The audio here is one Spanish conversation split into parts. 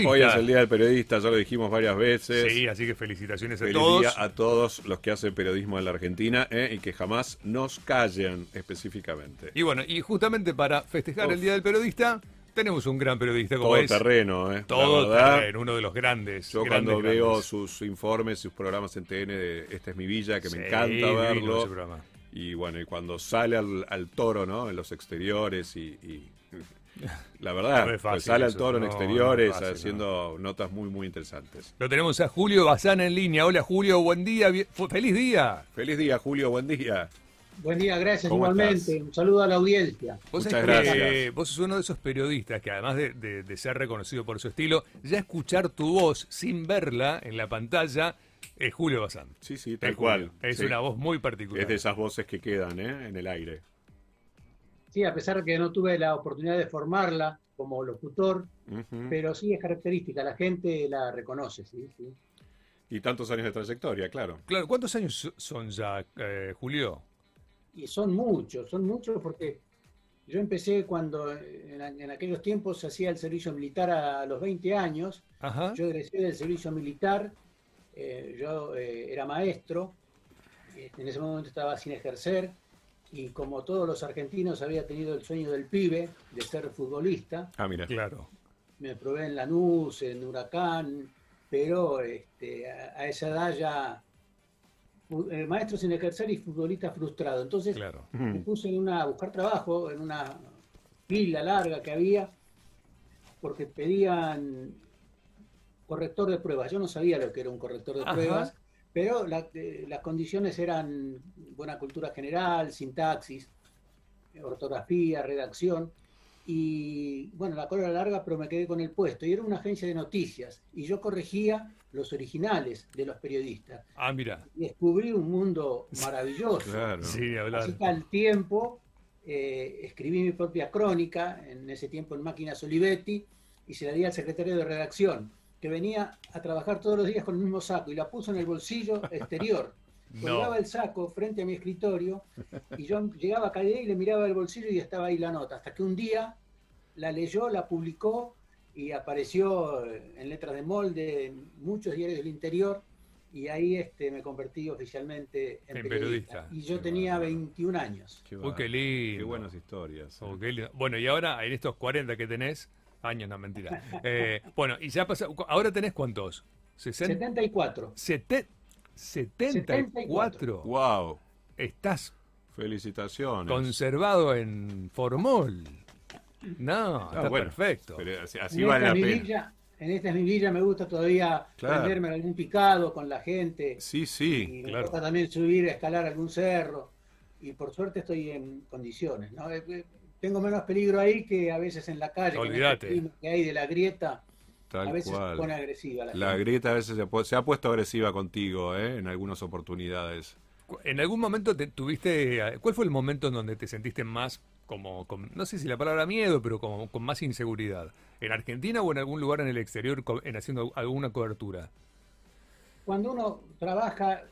Hoy es el Día del Periodista, ya lo dijimos varias veces. Sí, así que felicitaciones a Feliz todos. día a todos los que hacen periodismo en la Argentina y que jamás nos callen específicamente. Y bueno, y justamente para festejar el Día del Periodista, tenemos un gran periodista como Todo es. terreno, Todo la verdad, terreno, uno de los grandes. yo grandes, cuando veo grandes. sus informes, sus programas en TN de Esta es mi villa, que Sí, me encanta divino verlo. ese programa. Y bueno, y cuando sale al toro, ¿no? En los exteriores la verdad, No es fácil pues sale al eso, toro en no, exteriores no es fácil, haciendo notas muy, muy interesantes. Lo tenemos a Julio Bazán en línea. Hola Julio, buen día, feliz día. Feliz día, Julio, buen día. Buen día, gracias ¿Cómo igualmente. estás? Un saludo a la audiencia. Vos Muchas sabés que gracias. vos sos uno de esos periodistas que además de ser reconocido por su estilo, ya escuchar tu voz sin verla en la pantalla es Julio Bazán. Sí, sí, tal Es Julio. cual. Es Sí. una voz muy particular. Es de esas voces que quedan en el aire. Sí, a pesar de que no tuve la oportunidad de formarla como locutor, Ujú. pero sí es característica, la gente la reconoce, sí, sí. Y tantos años de trayectoria, claro. Claro, ¿cuántos años son ya, Julio? Y son muchos porque yo empecé cuando en aquellos tiempos se hacía el servicio militar a los 20 años. Ajá. Yo egresé del servicio militar, yo era maestro, en ese momento estaba sin ejercer, y como todos los argentinos había tenido el sueño del pibe de ser futbolista. Ah, mira. Claro. Me probé en Lanús, en Huracán, pero a esa edad ya maestro sin ejercer y futbolista frustrado. Entonces Claro. me puse a buscar trabajo en una fila larga que había, porque pedían corrector de pruebas. Yo no sabía lo que era un corrector de Ajá. pruebas, pero las condiciones eran buena cultura general, sintaxis, ortografía, redacción. Y bueno, la cola era larga, pero me quedé con el puesto. Y era una agencia de noticias. Y yo corregía los originales de los periodistas. Ah, mira. Y descubrí un mundo maravilloso. Claro. Sí, hablar. Así que al tiempo escribí mi propia crónica, en ese tiempo en Máquinas Olivetti, y se la di al secretario de redacción, que venía a trabajar todos los días con el mismo saco y la puso en el bolsillo exterior. Colgaba el saco frente a mi escritorio y yo llegaba cada día y le miraba el bolsillo y estaba ahí la nota. Hasta que un día la leyó, la publicó y apareció en letras de molde en muchos diarios del interior, y ahí me convertí oficialmente en periodista. Y yo tenía 21 años. Qué lindo. Qué buenas historias. Qué lindo. Bueno, y ahora en estos 40 que tenés, años, no, mentira. Bueno, y ya pasa, ahora tenés ¿cuántos? 74. 74. Wow. Estás Felicitaciones. conservado en formol. No, está bueno, perfecto. Pero así vale la pena. En esta es mi villa, me gusta todavía prenderme en algún picado con la gente. Sí, sí. Y me claro. gusta también subir, escalar algún cerro. Y por suerte estoy en condiciones, ¿no? Tengo menos peligro ahí que a veces en la calle. Olvídate. Con este clima que hay de la grieta, Tal a veces cual. se pone agresiva la La gente. grieta a veces se ha puesto agresiva contigo, en algunas oportunidades. ¿En algún momento cuál fue el momento en donde te sentiste más no sé si la palabra miedo, pero como con más inseguridad? ¿En Argentina o en algún lugar en el exterior en haciendo alguna cobertura? Cuando uno trabaja,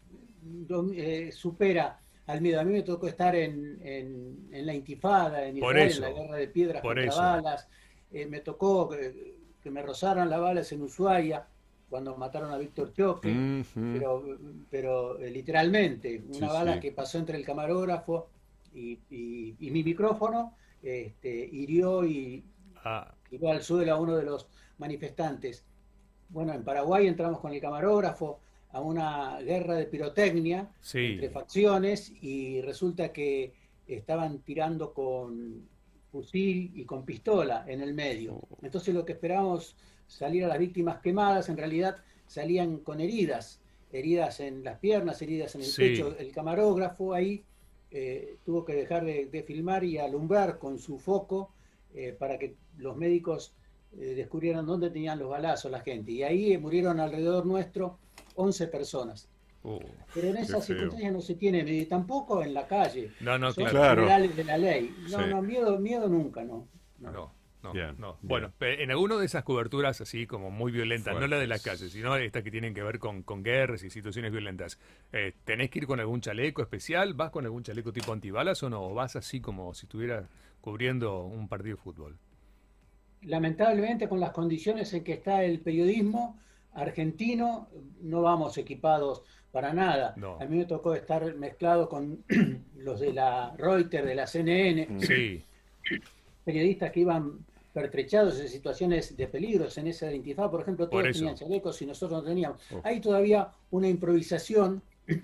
supera al miedo. A mí me tocó estar en la Intifada, en Israel, en la guerra de piedras contra balas. Me tocó que me rozaran las balas en Ushuaia cuando mataron a Víctor Choque, pero literalmente, una bala que pasó entre el camarógrafo y mi micrófono, hirió y tiró al suelo a uno de los manifestantes. Bueno, en Paraguay entramos con el camarógrafo a una guerra de pirotecnia entre facciones, y resulta que estaban tirando con fusil y con pistola en el medio. Entonces lo que esperábamos salir a las víctimas quemadas, en realidad salían con heridas en las piernas, heridas en el pecho. El camarógrafo ahí tuvo que dejar de filmar y alumbrar con su foco para que los médicos descubrieran dónde tenían los balazos la gente. Y ahí murieron alrededor nuestro 11 personas. Pero en esas circunstancias no se tiene miedo, tampoco en la calle. No, son claro. generales de la ley. No, miedo nunca, no. Bueno, en alguna de esas coberturas así como muy violentas, no la de la calle, sino estas que tienen que ver con guerras y situaciones violentas, ¿tenés que ir con algún chaleco especial? ¿Vas con algún chaleco tipo antibalas o no? ¿O vas así como si estuvieras cubriendo un partido de fútbol? lamentablemente con las condiciones en que está el periodismo argentino, no vamos equipados para nada. No. A mí me tocó estar mezclado con los de la Reuters, de la CNN, sí. periodistas que iban pertrechados en situaciones de peligros en esa intifada. Por ejemplo, todos tenían chalecos y nosotros no teníamos. Hay todavía una improvisación.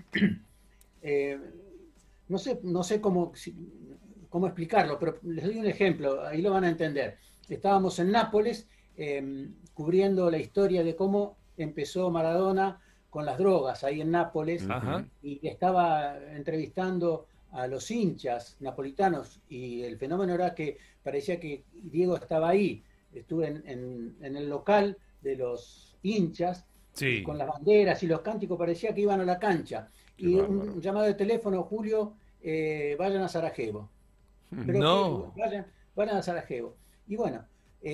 No sé cómo explicarlo, pero les doy un ejemplo, ahí lo van a entender. Estábamos en Nápoles cubriendo la historia de cómo empezó Maradona con las drogas ahí en Nápoles, y estaba entrevistando a los hinchas napolitanos, y el fenómeno era que parecía que Diego estaba ahí. Estuve en el local de los hinchas, sí, con las banderas y los cánticos, parecía que iban a la cancha. Qué y bárbaro. un llamado de teléfono: Julio, vayan a Sarajevo. Pero no. vayan a Sarajevo. Y bueno,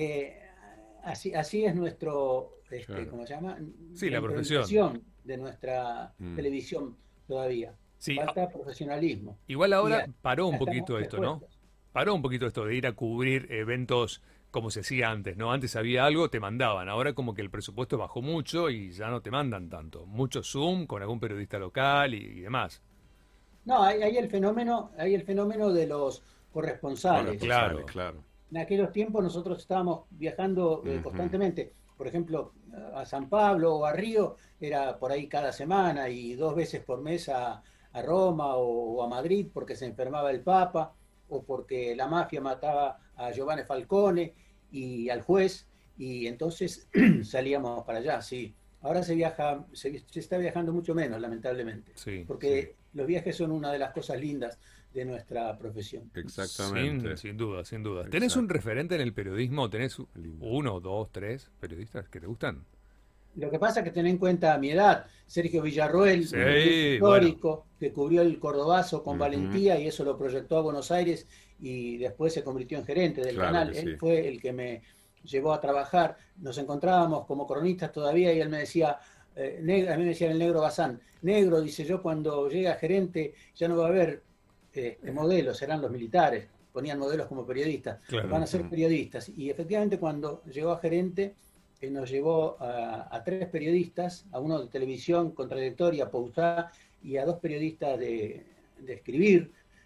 así es nuestro, Claro. ¿cómo se llama? Sí, la profesión de nuestra televisión todavía. Sí. Falta profesionalismo. Igual ahora paró un poquito esto, ¿no? Paró un poquito esto de ir a cubrir eventos como se hacía antes, ¿no? Antes había algo, te mandaban. Ahora como que el presupuesto bajó mucho y ya no te mandan tanto. Mucho Zoom con algún periodista local y demás. No, hay el fenómeno de los corresponsales. Claro. En aquellos tiempos nosotros estábamos viajando constantemente. Por ejemplo, a San Pablo o a Río era por ahí cada semana, y 2 veces por mes a Roma o a Madrid, porque se enfermaba el Papa o porque la mafia mataba a Giovanni Falcone y al juez, y entonces salíamos para allá, sí. Ahora se está viajando mucho menos, lamentablemente, sí, porque los viajes son una de las cosas lindas de nuestra profesión. Exactamente. Sin duda. Exacto. ¿Tenés un referente en el periodismo? ¿Tenés 1, 2, 3 periodistas que te gustan? Lo que pasa es que ten en cuenta mi edad. Sergio Villarroel, sí, histórico, que cubrió el Cordobazo con valentía, y eso lo proyectó a Buenos Aires, y después se convirtió en gerente del canal. Él fue el que me llevó a trabajar. Nos encontrábamos como cronistas todavía, y él me decía, a mí me decía el negro Bazán: negro, dice, yo cuando llegue a gerente ya no va a haber modelos, serán los militares. Ponían modelos como periodistas, van a ser periodistas. Y efectivamente cuando llegó a gerente, nos llevó a 3 periodistas, a uno de televisión con trayectoria, Pousá, y a 2 periodistas de escribir,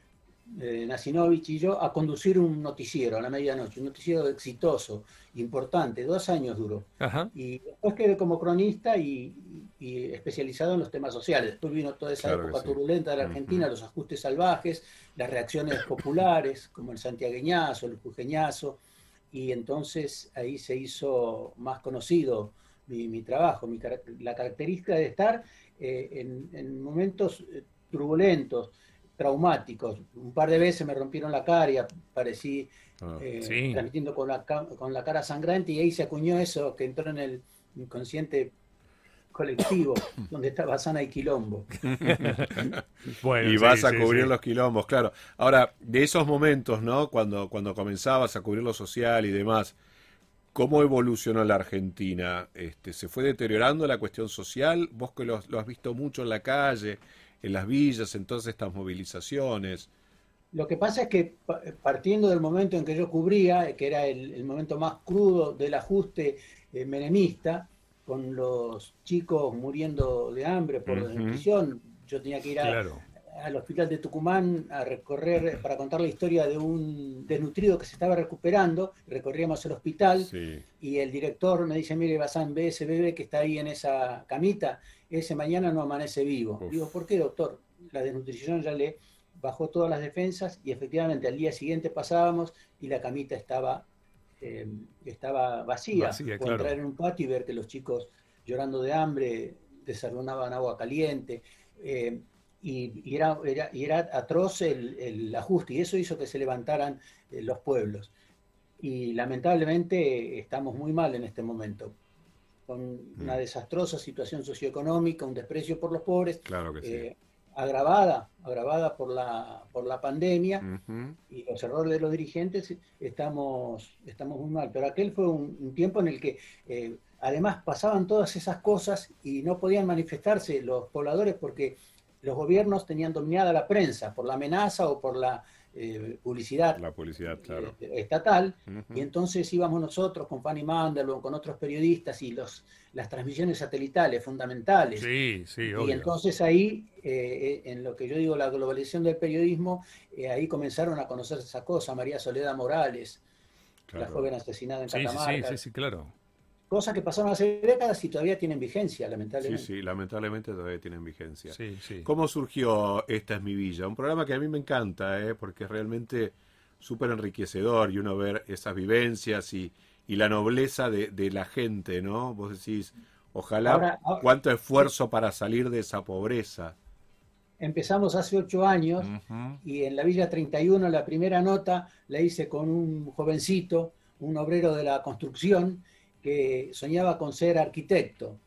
Nasinovich y yo, a conducir un noticiero a la medianoche, un noticiero exitoso, importante, 2 años duró. Y después quedé como cronista y especializado en los temas sociales. Después vino toda esa época turbulenta de la Argentina, los ajustes salvajes, las reacciones populares, como el santiagueñazo, el jujeñazo, y entonces ahí se hizo más conocido mi trabajo, la característica de estar en momentos turbulentos, traumáticos. Un par de veces me rompieron la cara y aparecí transmitiendo con la cara sangrante, y ahí se acuñó eso que entró en el inconsciente colectivo, donde está sana y quilombo. Bueno, y vas a cubrir los quilombos, claro. Ahora, de esos momentos, ¿no? Cuando comenzabas a cubrir lo social y demás, ¿cómo evolucionó la Argentina? ¿Se fue deteriorando la cuestión social? Vos que lo has visto mucho en la calle, en las villas, en todas estas movilizaciones. Lo que pasa es que partiendo del momento en que yo cubría, que era el momento más crudo del ajuste menemista, con los chicos muriendo de hambre por desnutrición, yo tenía que ir al hospital de Tucumán a recorrer, para contar la historia de un desnutrido que se estaba recuperando. Recorríamos el hospital y el director me dice: mire, Bazán, ve ese bebé que está ahí en esa camita, ese mañana no amanece vivo. Digo: ¿por qué, doctor? La desnutrición ya le bajó todas las defensas, y efectivamente al día siguiente pasábamos y la camita estaba vacía. O entrar en un patio y ver que los chicos, llorando de hambre, desayunaban agua caliente, y era atroz el ajuste, y eso hizo que se levantaran los pueblos. Y lamentablemente estamos muy mal en este momento, con una desastrosa situación socioeconómica, un desprecio por los pobres, agravada por la pandemia, y los errores de los dirigentes. Estamos muy mal. Pero aquel fue un tiempo en el que además pasaban todas esas cosas y no podían manifestarse los pobladores, porque los gobiernos tenían dominada la prensa por la amenaza o por la publicidad, la publicidad, claro, estatal, y entonces íbamos nosotros con Fanny Mandelbaum, con otros periodistas y las transmisiones satelitales fundamentales. Sí, sí, obvio. Y entonces ahí, en lo que yo digo la globalización del periodismo, ahí comenzaron a conocerse esas cosas, María Soledad Morales, claro, la joven asesinada en Catamarca. Sí, claro. Cosas que pasaron hace décadas y todavía tienen vigencia, lamentablemente. Sí, lamentablemente todavía tienen vigencia. Sí. ¿Cómo surgió Esta es mi villa? Un programa que a mí me encanta, porque es realmente súper enriquecedor y uno ver esas vivencias y la nobleza de la gente, ¿no? Vos decís, ojalá, ahora, cuánto esfuerzo para salir de esa pobreza. Empezamos hace 8 años y en la Villa 31 la primera nota la hice con un jovencito, un obrero de la construcción, que soñaba con ser arquitecto.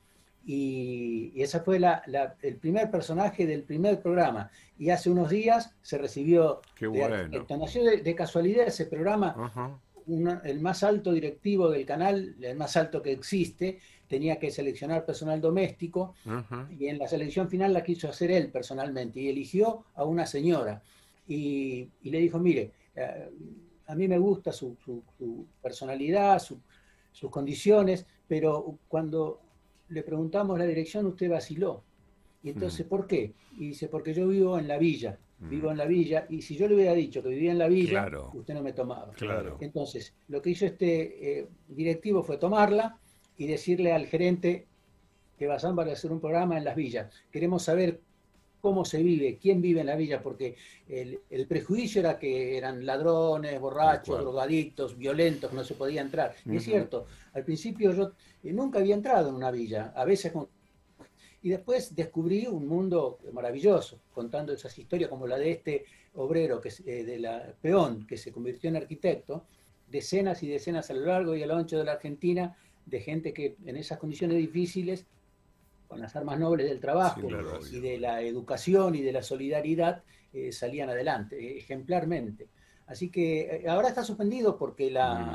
Y ese fue el primer personaje del primer programa. Y hace unos días se recibió de arquitecto. Nació de casualidad ese programa. El más alto directivo del canal, el más alto que existe, tenía que seleccionar personal doméstico, y en la selección final la quiso hacer él personalmente, y eligió a una señora. Y le dijo, mire, a mí me gusta su personalidad, sus condiciones, pero cuando le preguntamos la dirección usted vaciló. Y entonces, ¿por qué? Y dice, porque yo vivo en la villa, y si yo le hubiera dicho que vivía en la villa, claro, usted no me tomaba. Claro. Entonces, lo que hizo este directivo fue tomarla y decirle al gerente que Bazán va a hacer un programa en las villas. Queremos saber cómo se vive, quién vive en la villa, porque el prejuicio era que eran ladrones, borrachos, drogadictos, violentos, que no se podía entrar. Y es cierto, al principio yo nunca había entrado en una villa, a veces y después descubrí un mundo maravilloso, contando esas historias como la de este obrero, de la peón, que se convirtió en arquitecto, decenas y decenas a lo largo y a lo ancho de la Argentina, de gente que en esas condiciones difíciles, con las armas nobles del trabajo, y de la educación y de la solidaridad, salían adelante, ejemplarmente. Así que ahora está suspendido porque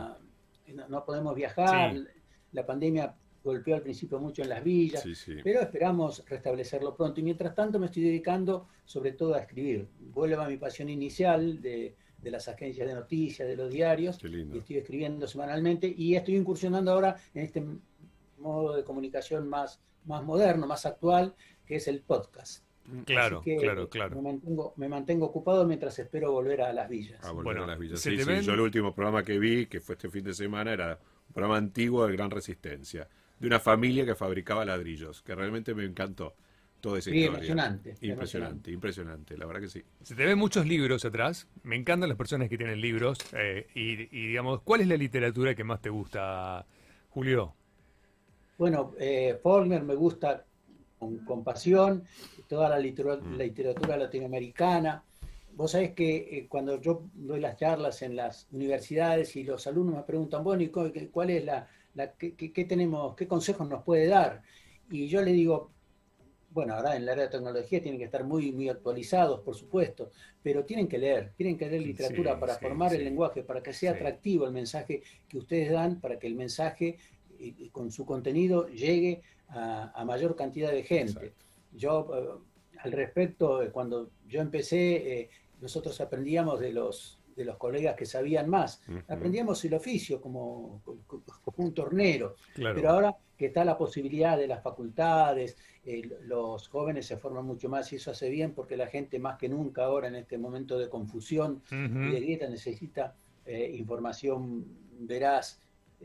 no podemos viajar, la pandemia golpeó al principio mucho en las villas, pero esperamos restablecerlo pronto. Y mientras tanto me estoy dedicando sobre todo a escribir. Vuelvo a mi pasión inicial de las agencias de noticias, de los diarios, y estoy escribiendo semanalmente, y estoy incursionando ahora en este modo de comunicación más moderno, más actual, que es el podcast. Claro, claro. Me mantengo ocupado mientras espero volver a las villas. A las villas. Sí. Yo el último programa que vi, que fue este fin de semana, era un programa antiguo de Gran Resistencia, de una familia que fabricaba ladrillos, que realmente me encantó toda esa historia. Impresionante, la verdad que sí. Se te ven muchos libros atrás, me encantan las personas que tienen libros, y digamos, ¿cuál es la literatura que más te gusta, Julio? Bueno, Faulkner me gusta con pasión, toda la literatura latinoamericana. Vos sabés que cuando yo doy las charlas en las universidades y los alumnos me preguntan, bueno, ¿y cuál es qué tenemos, qué consejos nos puede dar? Y yo le digo, bueno, ahora en la área de tecnología tienen que estar muy, muy actualizados, por supuesto, pero tienen que leer literatura para formar el lenguaje, para que sea atractivo el mensaje que ustedes dan, para que el mensaje con su contenido llegue a mayor cantidad de gente. Exacto. Yo, al respecto, cuando yo empecé, nosotros aprendíamos de los colegas que sabían más. Aprendíamos el oficio como un tornero. Claro. Pero ahora que está la posibilidad de las facultades, los jóvenes se forman mucho más y eso hace bien porque la gente más que nunca ahora en este momento de confusión y de grieta necesita información veraz,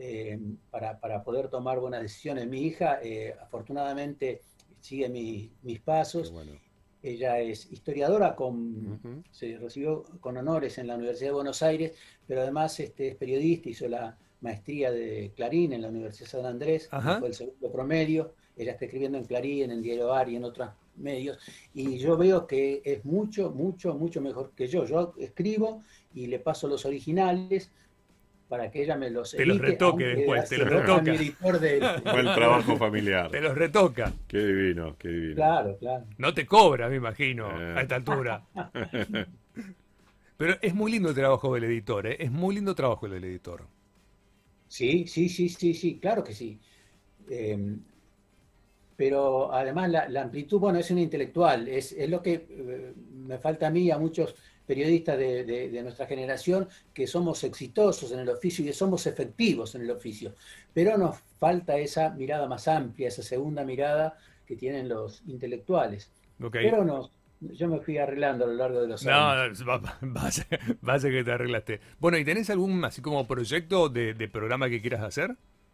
para poder tomar buenas decisiones. Mi hija, afortunadamente, sigue mis pasos. Bueno. Ella es historiadora, se recibió con honores en la Universidad de Buenos Aires, pero además es periodista, hizo la maestría de Clarín en la Universidad de San Andrés, fue el segundo promedio. Ella está escribiendo en Clarín, en Diario AR y en otros medios, y yo veo que es mucho, mucho, mucho mejor que yo. Yo escribo y le paso los originales para que ella me los edite. Te los retoque después, te los retoca. Fue el trabajo familiar. Te los retoca. Qué divino, qué divino. Claro. No te cobra, me imagino, a esta altura. Pero es muy lindo el trabajo del editor, ¿eh? Es muy lindo el trabajo del editor. Sí, claro que sí. Pero además la amplitud, bueno, es un intelectual, es lo que me falta a mí y a muchos periodistas de nuestra generación que somos exitosos en el oficio y que somos efectivos en el oficio, pero nos falta esa mirada más amplia, esa segunda mirada que tienen los intelectuales. Pero yo me fui arreglando a lo largo de los años. No, va a ser que te arreglaste. Bueno, ¿y tenés algún así como proyecto de programa que quieras hacer?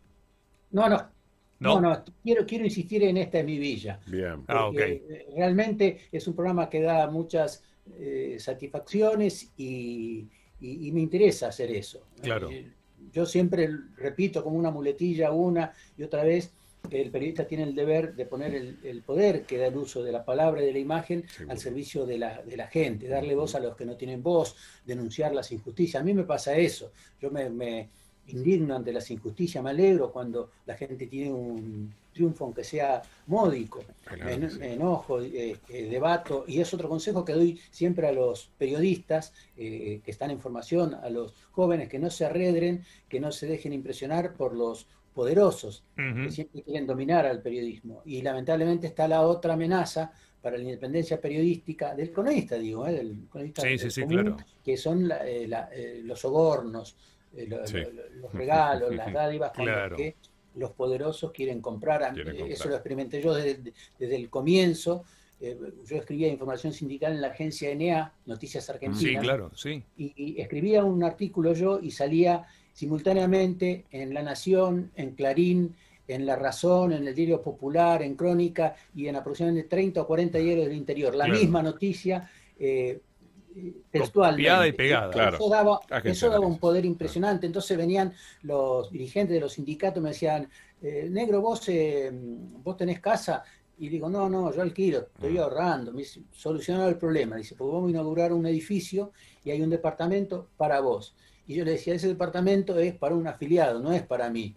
No, quiero insistir en Esta es mi villa. Bien. Realmente es un programa que da muchas satisfacciones y me interesa hacer eso. Claro. Yo siempre repito como una muletilla una y otra vez que el periodista tiene el deber de poner el poder que da el uso de la palabra y de la imagen al servicio de la gente, darle voz a los que no tienen voz, denunciar las injusticias. A mí me pasa eso. Yo me indigno ante las injusticias, me alegro cuando la gente tiene un triunfo aunque sea módico, me enojo, debato, y es otro consejo que doy siempre a los periodistas que están en formación, a los jóvenes, que no se arredren, que no se dejen impresionar por los poderosos, que siempre quieren dominar al periodismo, y lamentablemente está la otra amenaza para la independencia periodística, del cronista, del cronista común, claro, que son los sobornos, los regalos, las dádivas con los que los poderosos quieren comprar. Eso lo experimenté yo desde el comienzo. Yo escribía información sindical en la agencia NA, Noticias Argentinas. Sí, claro, sí. Y escribía un artículo yo y salía simultáneamente en La Nación, en Clarín, en La Razón, en el Diario Popular, en Crónica y en aproximadamente 30 o 40 diarios del interior. La misma noticia textualmente. Copiada y pegada. Claro. Eso daba un poder impresionante. Entonces venían los dirigentes de los sindicatos y me decían, negro, vos tenés casa. Y digo, no, yo alquilo, estoy ahorrando. Me dice, solucionado el problema. Dice, pues vamos a inaugurar un edificio y hay un departamento para vos. Y yo le decía, ese departamento es para un afiliado, no es para mí.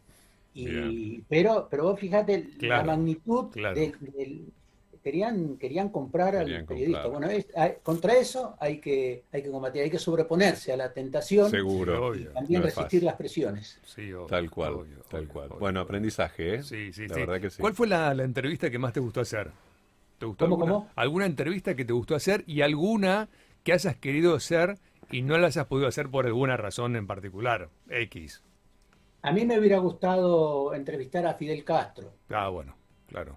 Pero vos fíjate la magnitud del querían comprar al periodista. Bueno, contra eso hay que combatir, hay que sobreponerse a la tentación. Seguro. Y también resistir las presiones. Sí, tal cual. Bueno, aprendizaje, ¿eh? Sí. La verdad que sí. ¿Cuál fue la entrevista que más te gustó hacer? ¿Te gustó ¿Cómo? ¿Alguna entrevista que te gustó hacer y alguna que hayas querido hacer y no la hayas podido hacer por alguna razón en particular? X. A mí me hubiera gustado entrevistar a Fidel Castro. Bueno, claro.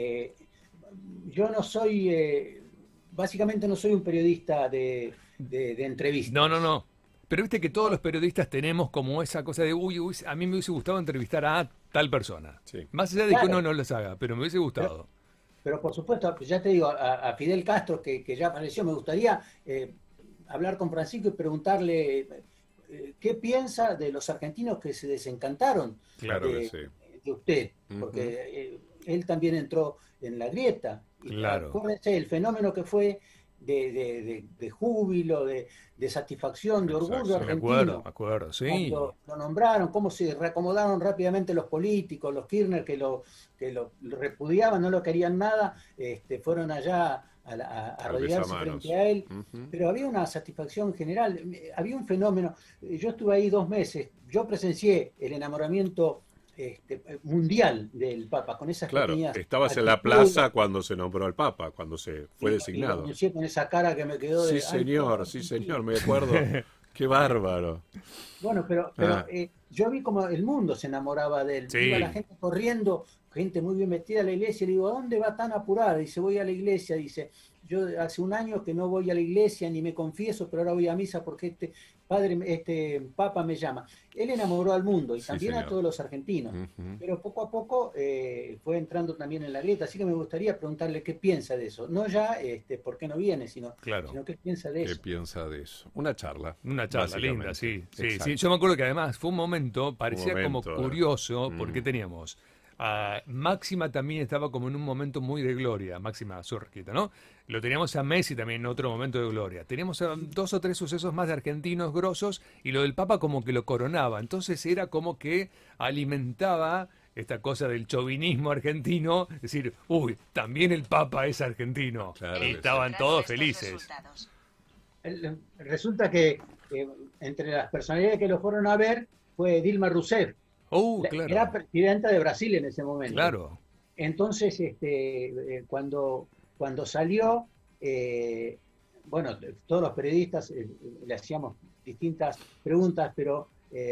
Yo no soy, básicamente no soy un periodista de entrevistas. No. Pero viste que todos los periodistas tenemos como esa cosa de, uy, a mí me hubiese gustado entrevistar a tal persona. Sí. Más allá de que uno no los haga, pero me hubiese gustado. Pero por supuesto, ya te digo, a Fidel Castro, que ya apareció, me gustaría hablar con Francisco y preguntarle qué piensa de los argentinos que se desencantaron de usted. Porque él también entró en la grieta. Y acuérdense el fenómeno que fue de júbilo, de satisfacción, de orgullo argentino. Me acuerdo, sí. Cuando lo nombraron, cómo se reacomodaron rápidamente los políticos, los Kirchner que lo repudiaban, no lo querían nada, fueron allá a arrodillarse frente a él. Pero había una satisfacción general, había un fenómeno. Yo estuve ahí 2 meses, yo presencié el enamoramiento mundial del Papa, con esas pequeñas estabas en la plaza cuando se nombró al Papa, cuando se fue designado. Y con esa cara que me quedó de... Sí, señor, me acuerdo. Qué bárbaro. Bueno, pero yo vi como el mundo se enamoraba de él. Iba la gente corriendo, gente muy bien vestida a la iglesia, y le digo, ¿a dónde va tan apurada? Dice, voy a la iglesia, dice, yo hace 1 año que no voy a la iglesia ni me confieso, pero ahora voy a misa porque este Papa me llama. Él enamoró al mundo y también a todos los argentinos, pero poco a poco fue entrando también en la grieta, así que me gustaría preguntarle qué piensa de eso, no ya por qué no viene, sino qué piensa de eso. ¿Qué piensa de eso? Una charla linda, sí. Yo me acuerdo que además fue un momento, parecía como curioso, porque teníamos... Máxima también estaba como en un momento muy de gloria, Máxima Zurquita, ¿no? Lo teníamos a Messi también en otro momento de gloria. Teníamos 2 o 3 sucesos más de argentinos grosos y lo del Papa como que lo coronaba. Entonces era como que alimentaba esta cosa del chauvinismo argentino, es decir, también el Papa es argentino. Claro, y estaban todos felices. Resulta que entre las personalidades que lo fueron a ver fue Dilma Rousseff. Era presidenta de Brasil en ese momento. Claro. Entonces, cuando salió, bueno, todos los periodistas le hacíamos distintas preguntas, pero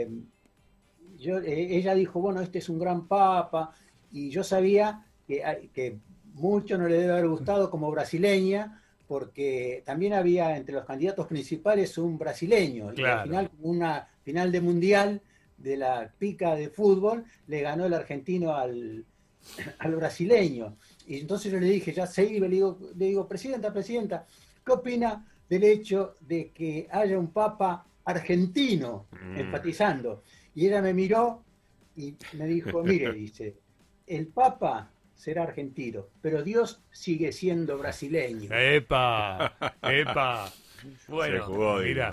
ella dijo, bueno, este es un gran papa, y yo sabía que mucho no le debe haber gustado como brasileña, porque también había entre los candidatos principales un brasileño, claro. Y al final, una final de mundial de la pica de fútbol, le ganó el argentino al brasileño. Y entonces yo le dije, ya se iba, le digo, presidenta, ¿qué opina del hecho de que haya un papa argentino, enfatizando? Y ella me miró y me dijo, mire, dice, el papa será argentino, pero Dios sigue siendo brasileño. ¡Epa! Bueno, mira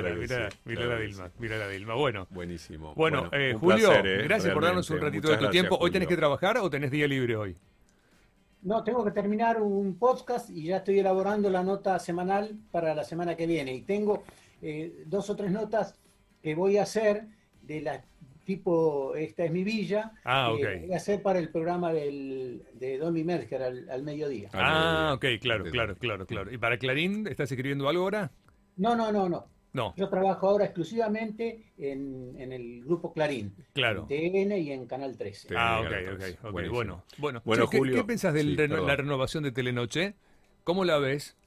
la Dilma. Bueno, buenísimo. Bueno, Julio, placer, gracias por darnos un ratito de tu tiempo. ¿Hoy tenés que trabajar o tenés día libre hoy? No, tengo que terminar un podcast y ya estoy elaborando la nota semanal para la semana que viene. Y tengo 2 o 3 notas que voy a hacer de la tipo, esta es mi villa, voy a hacer para el programa de Domi Merger al mediodía. Ok, claro. ¿Y para Clarín estás escribiendo algo ahora? No. Yo trabajo ahora exclusivamente en el grupo Clarín, claro. en TN y en Canal 13. Ok. Bueno, Julio, ¿qué pensás de la renovación de Telenoche? ¿Cómo la ves?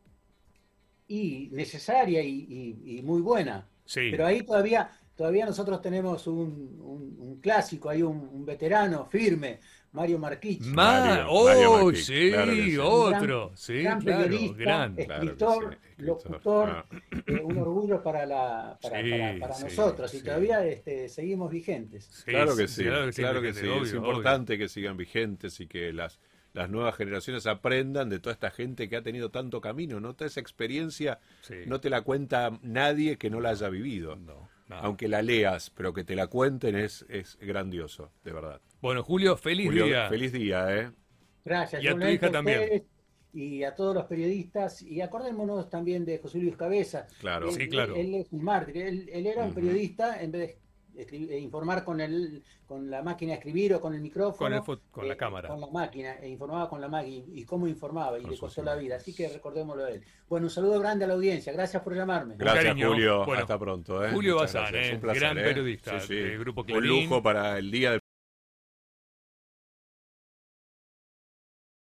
Y necesaria y muy buena. Sí. Pero ahí todavía nosotros tenemos un clásico, hay un veterano firme, Mario Marchichi. Mario Marchichi, claro que sí. Otro. Gran periodista, escritor, locutor, un orgullo para nosotros. Y todavía seguimos vigentes. Claro que sí. Obvio, es importante que sigan vigentes y que las nuevas generaciones aprendan de toda esta gente que ha tenido tanto camino, ¿no? Toda esa experiencia no te la cuenta nadie que no la haya vivido. No. Aunque la leas, pero que te la cuenten es grandioso, de verdad. Bueno, Julio, feliz día. Feliz día, Gracias. Y a tu hija también. Y a todos los periodistas. Y acordémonos también de José Luis Cabeza. Claro. Claro. Él es un mártir. Él era un periodista, en vez de informar con la máquina de escribir o con el micrófono, con la cámara, con la máquina, informaba con la máquina y cómo informaba, y le costó la vida, así que recordémoslo de él. Bueno, un saludo grande a la audiencia, gracias por llamarme. Gracias, cariño. Julio, hasta pronto. Julio Bazán, gran periodista del Grupo Clarín. Un lujo para el día del